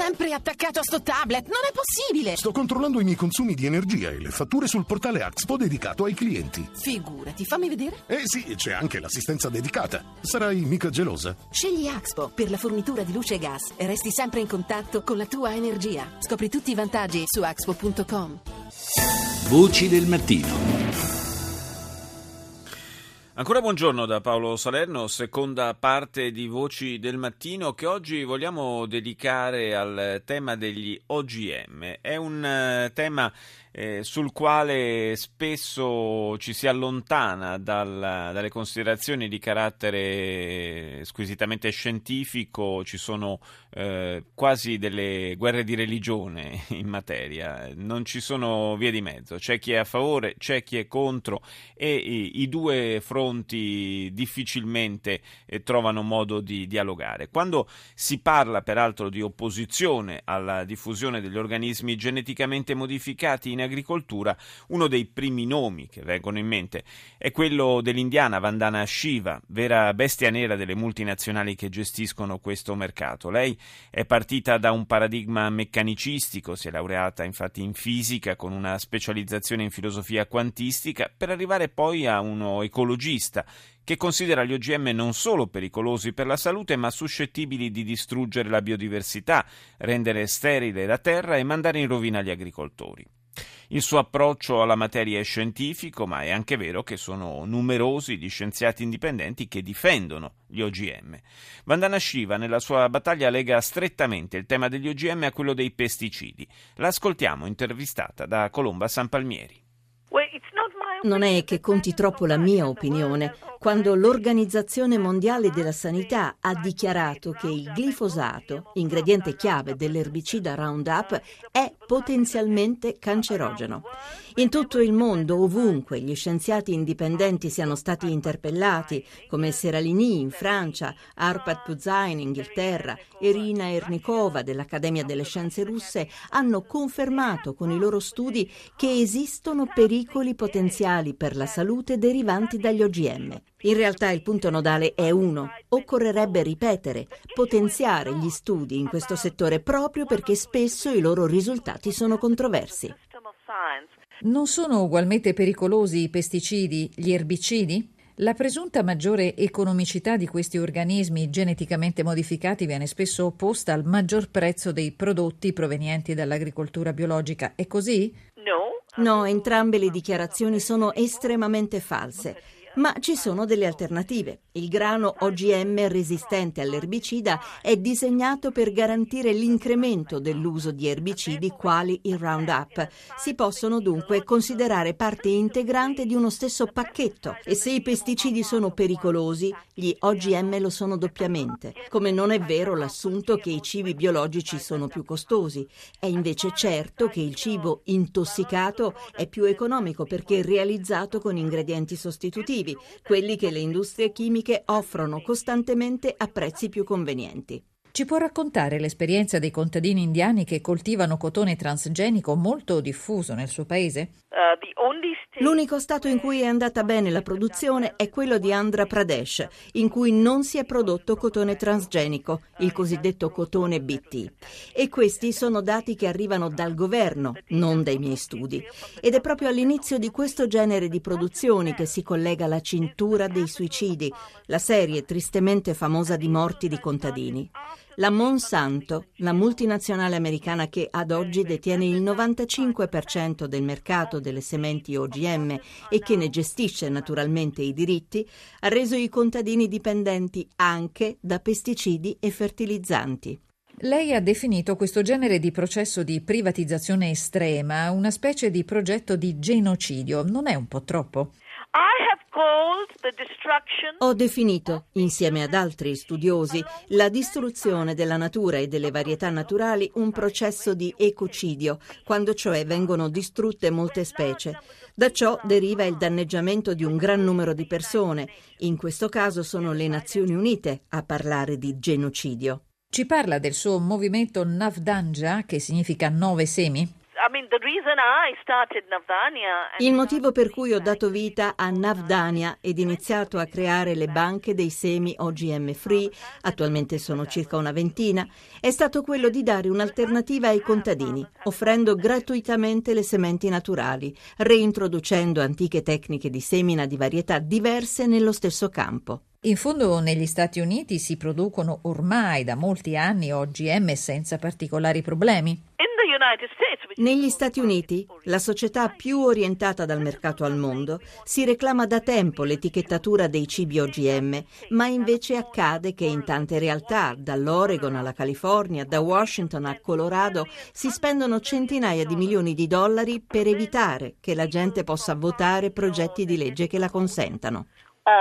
sempre attaccato a sto tablet, non è possibile! Sto controllando i miei consumi di energia e le fatture sul portale Axpo dedicato ai clienti. Figurati, fammi vedere. Sì, c'è anche l'assistenza dedicata. Sarai mica gelosa? Scegli Axpo per la fornitura di luce e gas e resti sempre in contatto con la tua energia. Scopri tutti i vantaggi su axpo.com. Voci del mattino. Ancora buongiorno da Paolo Salerno, seconda parte di Voci del Mattino che oggi vogliamo dedicare al tema degli OGM. È un tema sul quale spesso ci si allontana dalle considerazioni di carattere squisitamente scientifico, ci sono quasi delle guerre di religione in materia, non ci sono vie di mezzo, c'è chi è a favore, c'è chi è contro e i due fronti difficilmente trovano modo di dialogare. Quando si parla peraltro di opposizione alla diffusione degli organismi geneticamente modificati in agricoltura, uno dei primi nomi che vengono in mente è quello dell'indiana Vandana Shiva, vera bestia nera delle multinazionali che gestiscono questo mercato. Lei è partita da un paradigma meccanicistico, si è laureata infatti in fisica con una specializzazione in filosofia quantistica, per arrivare poi a uno ecologista che considera gli OGM non solo pericolosi per la salute, ma suscettibili di distruggere la biodiversità, rendere sterile la terra e mandare in rovina gli agricoltori. Il suo approccio alla materia è scientifico, ma è anche vero che sono numerosi gli scienziati indipendenti che difendono gli OGM. Vandana Shiva nella sua battaglia lega strettamente il tema degli OGM a quello dei pesticidi. La ascoltiamo intervistata da Colomba Sanpalmieri. Non è che conti troppo la mia opinione quando l'Organizzazione Mondiale della Sanità ha dichiarato che il glifosato, ingrediente chiave dell'erbicida Roundup, è potenzialmente cancerogeno. In tutto il mondo, ovunque gli scienziati indipendenti siano stati interpellati, come Seralini in Francia, Arpad Pusztai in Inghilterra, Irina Ernikova dell'Accademia delle Scienze Russe, hanno confermato con i loro studi che esistono pericoli potenziali per la salute derivanti dagli OGM. In realtà il punto nodale è uno: occorrerebbe ripetere, potenziare gli studi in questo settore proprio perché spesso i loro risultati sono controversi. Non sono ugualmente pericolosi i pesticidi, gli erbicidi? La presunta maggiore economicità di questi organismi geneticamente modificati viene spesso opposta al maggior prezzo dei prodotti provenienti dall'agricoltura biologica. È così? No, entrambe le dichiarazioni sono estremamente false. Ma ci sono delle alternative. Il grano OGM resistente all'erbicida è disegnato per garantire l'incremento dell'uso di erbicidi quali il Roundup. Si possono dunque considerare parte integrante di uno stesso pacchetto e se i pesticidi sono pericolosi, gli OGM lo sono doppiamente. Come non è vero l'assunto che i cibi biologici sono più costosi. È invece certo che il cibo intossicato è più economico perché è realizzato con ingredienti sostitutivi, quelli che le industrie chimiche offrono costantemente a prezzi più convenienti. Ci può raccontare l'esperienza dei contadini indiani che coltivano cotone transgenico molto diffuso nel suo paese? L'unico stato in cui è andata bene la produzione è quello di Andhra Pradesh, in cui non si è prodotto cotone transgenico, il cosiddetto cotone BT. E questi sono dati che arrivano dal governo, non dai miei studi. Ed è proprio all'inizio di questo genere di produzioni che si collega la cintura dei suicidi, la serie tristemente famosa di morti di contadini. La Monsanto, la multinazionale americana che ad oggi detiene il 95% del mercato delle sementi OGM e che ne gestisce naturalmente i diritti, ha reso i contadini dipendenti anche da pesticidi e fertilizzanti. Lei ha definito questo genere di processo di privatizzazione estrema una specie di progetto di genocidio. Non è un po' troppo? Ho definito, insieme ad altri studiosi, la distruzione della natura e delle varietà naturali un processo di ecocidio, quando cioè vengono distrutte molte specie. Da ciò deriva il danneggiamento di un gran numero di persone. In questo caso sono le Nazioni Unite a parlare di genocidio. Ci parla del suo movimento Navdanja, che significa 9 semi? Il motivo per cui ho dato vita a Navdanya ed iniziato a creare le banche dei semi OGM free, attualmente sono circa una ventina, è stato quello di dare un'alternativa ai contadini, offrendo gratuitamente le sementi naturali, reintroducendo antiche tecniche di semina di varietà diverse nello stesso campo. In fondo negli Stati Uniti si producono ormai da molti anni OGM senza particolari problemi. Negli Stati Uniti, la società più orientata dal mercato al mondo, si reclama da tempo l'etichettatura dei cibi OGM, ma invece accade che in tante realtà, dall'Oregon alla California, da Washington a Colorado, si spendono centinaia di milioni di dollari per evitare che la gente possa votare progetti di legge che la consentano.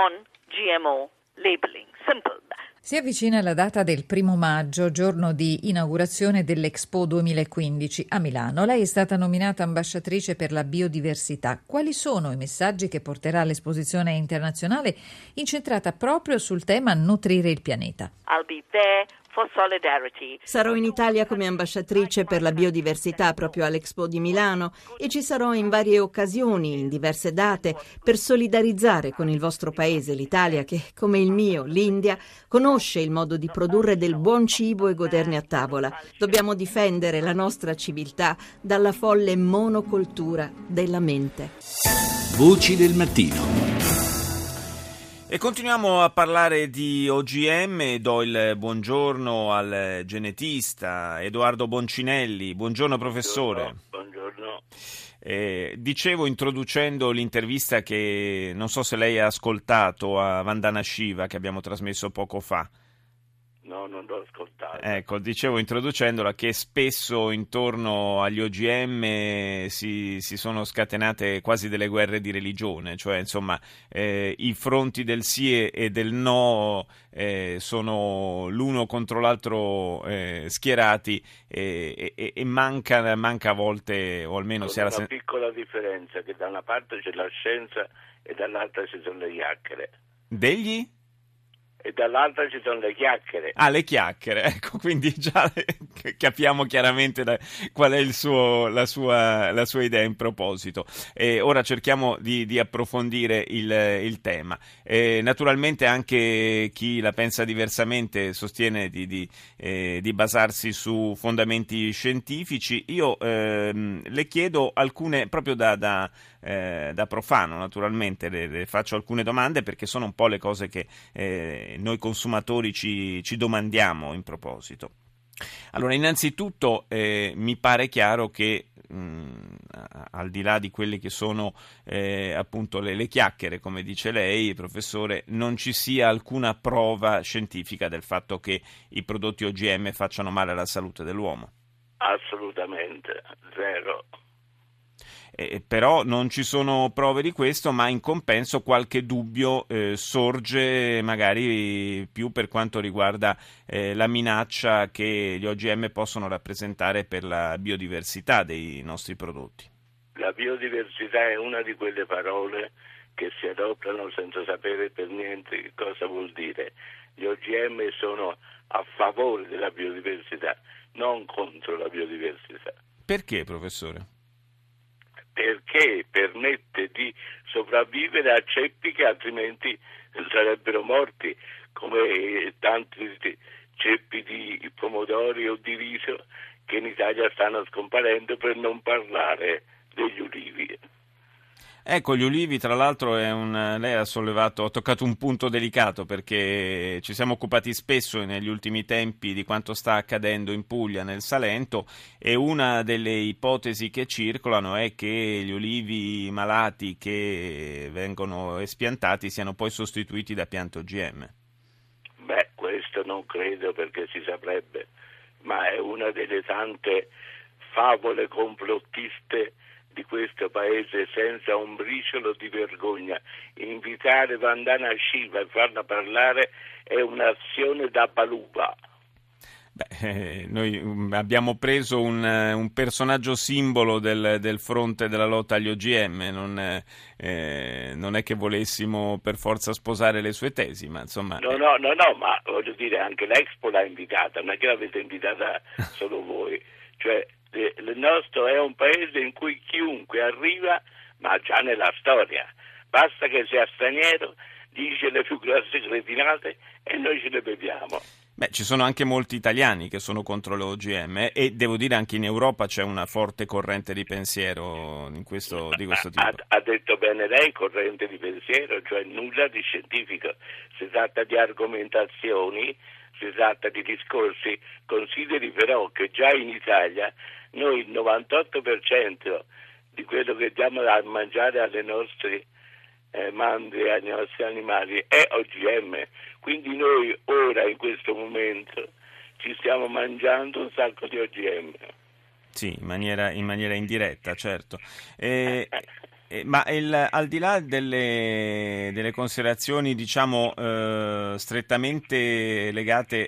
GMO labeling, simple. Si avvicina la data del 1 maggio, giorno di inaugurazione dell'Expo 2015 a Milano. Lei è stata nominata ambasciatrice per la biodiversità. Quali sono i messaggi che porterà all'esposizione internazionale incentrata proprio sul tema nutrire il pianeta? I'll be there for solidarity. Sarò in Italia come ambasciatrice per la biodiversità proprio all'Expo di Milano e ci sarò in varie occasioni, in diverse date, per solidarizzare con il vostro paese, l'Italia, che, come il mio, l'India, conosce il modo di produrre del buon cibo e goderne a tavola. Dobbiamo difendere la nostra civiltà dalla folle monocoltura della mente. Voci del mattino. E continuiamo a parlare di OGM. Do il buongiorno al genetista Edoardo Boncinelli. Buongiorno professore. Buongiorno. Dicevo, introducendo l'intervista che non so se lei ha ascoltato a Vandana Shiva, che abbiamo trasmesso poco fa. No, non l'ho ascoltato. Ecco, dicevo introducendola che spesso intorno agli OGM si sono scatenate quasi delle guerre di religione, cioè insomma i fronti del sì e del no sono l'uno contro l'altro schierati e manca a volte, o almeno si ha una piccola differenza, che da una parte c'è la scienza e dall'altra ci sono le chiacchiere. Degli? E dall'altra ci sono le chiacchiere. Ah, le chiacchiere, ecco, quindi già capiamo chiaramente qual è la sua idea in proposito. Ora cerchiamo di approfondire il tema. Naturalmente anche chi la pensa diversamente sostiene di basarsi su fondamenti scientifici. Io le chiedo alcune, proprio da profano naturalmente, le faccio alcune domande perché sono un po' le cose che noi consumatori ci domandiamo in proposito. Allora, innanzitutto mi pare chiaro che al di là di quelle che sono appunto le chiacchiere, come dice lei, professore, non ci sia alcuna prova scientifica del fatto che i prodotti OGM facciano male alla salute dell'uomo. Assolutamente, zero. Però non ci sono prove di questo, ma in compenso qualche dubbio sorge magari più per quanto riguarda la minaccia che gli OGM possono rappresentare per la biodiversità dei nostri prodotti. La biodiversità è una di quelle parole che si adottano senza sapere per niente che cosa vuol dire. Gli OGM sono a favore della biodiversità, non contro la biodiversità. Perché, professore? Perché permette di sopravvivere a ceppi che altrimenti sarebbero morti, come tanti ceppi di pomodori o di riso che in Italia stanno scomparendo, per non parlare degli ulivi. Ecco, gli ulivi, tra l'altro, lei ha toccato un punto delicato, perché ci siamo occupati spesso negli ultimi tempi di quanto sta accadendo in Puglia, nel Salento, e una delle ipotesi che circolano è che gli ulivi malati che vengono espiantati siano poi sostituiti da piante OGM. Beh, questo non credo, perché si saprebbe, ma è una delle tante favole complottiste di questo paese senza un briciolo di vergogna. Invitare Vandana Shiva e farla parlare è un'azione da baluba. Noi abbiamo preso un personaggio simbolo del fronte della lotta agli OGM, non è che volessimo per forza sposare le sue tesi, ma insomma... No, ma voglio dire, anche l'Expo l'ha invitata, non è che l'avete invitata solo voi, cioè il nostro è un paese in cui chiunque arriva, ma già nella storia, basta che sia straniero, dice le più grosse cretinate e noi ce le beviamo. Beh, ci sono anche molti italiani che sono contro le OGM e devo dire anche in Europa c'è una forte corrente di pensiero di questo tipo. Ha detto bene lei, corrente di pensiero, cioè nulla di scientifico. Si tratta di argomentazioni, si tratta di discorsi. Consideri però che già in Italia noi il 98% di quello che diamo a mangiare alle nostre mandri, ai nostri animali è OGM, quindi noi ora in questo momento ci stiamo mangiando un sacco di OGM. Sì, in maniera indiretta, certo. Ma al di là delle considerazioni, diciamo, strettamente legate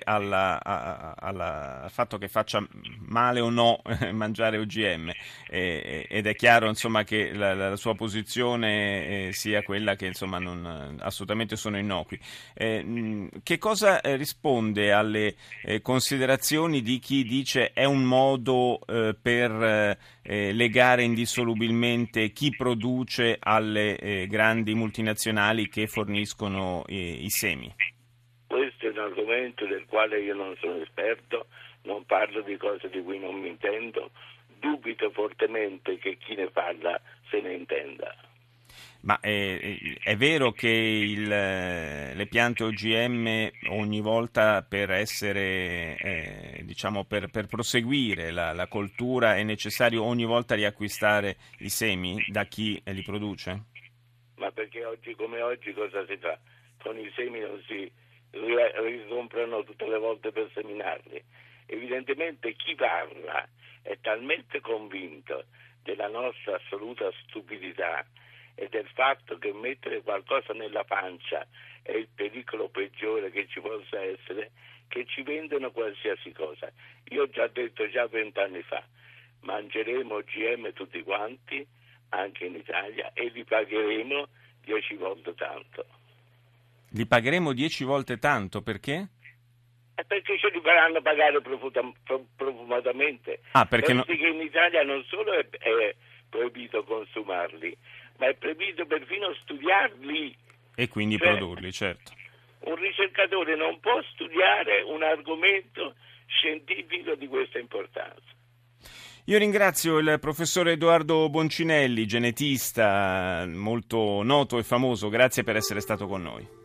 al fatto che faccia male o no mangiare OGM, ed è chiaro, insomma, che la sua posizione sia quella che, insomma, non assolutamente sono innocui. Che cosa risponde alle considerazioni di chi dice è un modo per legare indissolubilmente chi produce alle grandi multinazionali che forniscono i semi? Questo è un argomento del quale io non sono esperto, non parlo di cose di cui non mi intendo, dubito fortemente che chi ne parla se ne intenda. Ma è vero che le piante OGM ogni volta per essere, diciamo, per proseguire la coltura è necessario ogni volta riacquistare i semi da chi li produce? Ma perché oggi come oggi cosa si fa? Con i semi non si ricomprano tutte le volte per seminarli. Evidentemente chi parla è talmente convinto della nostra assoluta stupidità e del fatto che mettere qualcosa nella pancia è il pericolo peggiore che ci possa essere, che ci vendono qualsiasi cosa. Io ho già detto 20 anni fa, mangeremo OGM tutti quanti, anche in Italia, e li pagheremo 10 volte tanto. Li pagheremo 10 volte tanto, perché? Perché ce li faranno pagare profumatamente. Perché che in Italia non solo è proibito consumarli, ma è proibito perfino studiarli. E quindi produrli, certo. Un ricercatore non può studiare un argomento scientifico di questa importanza. Io ringrazio il professor Edoardo Boncinelli, genetista molto noto e famoso. Grazie per essere stato con noi.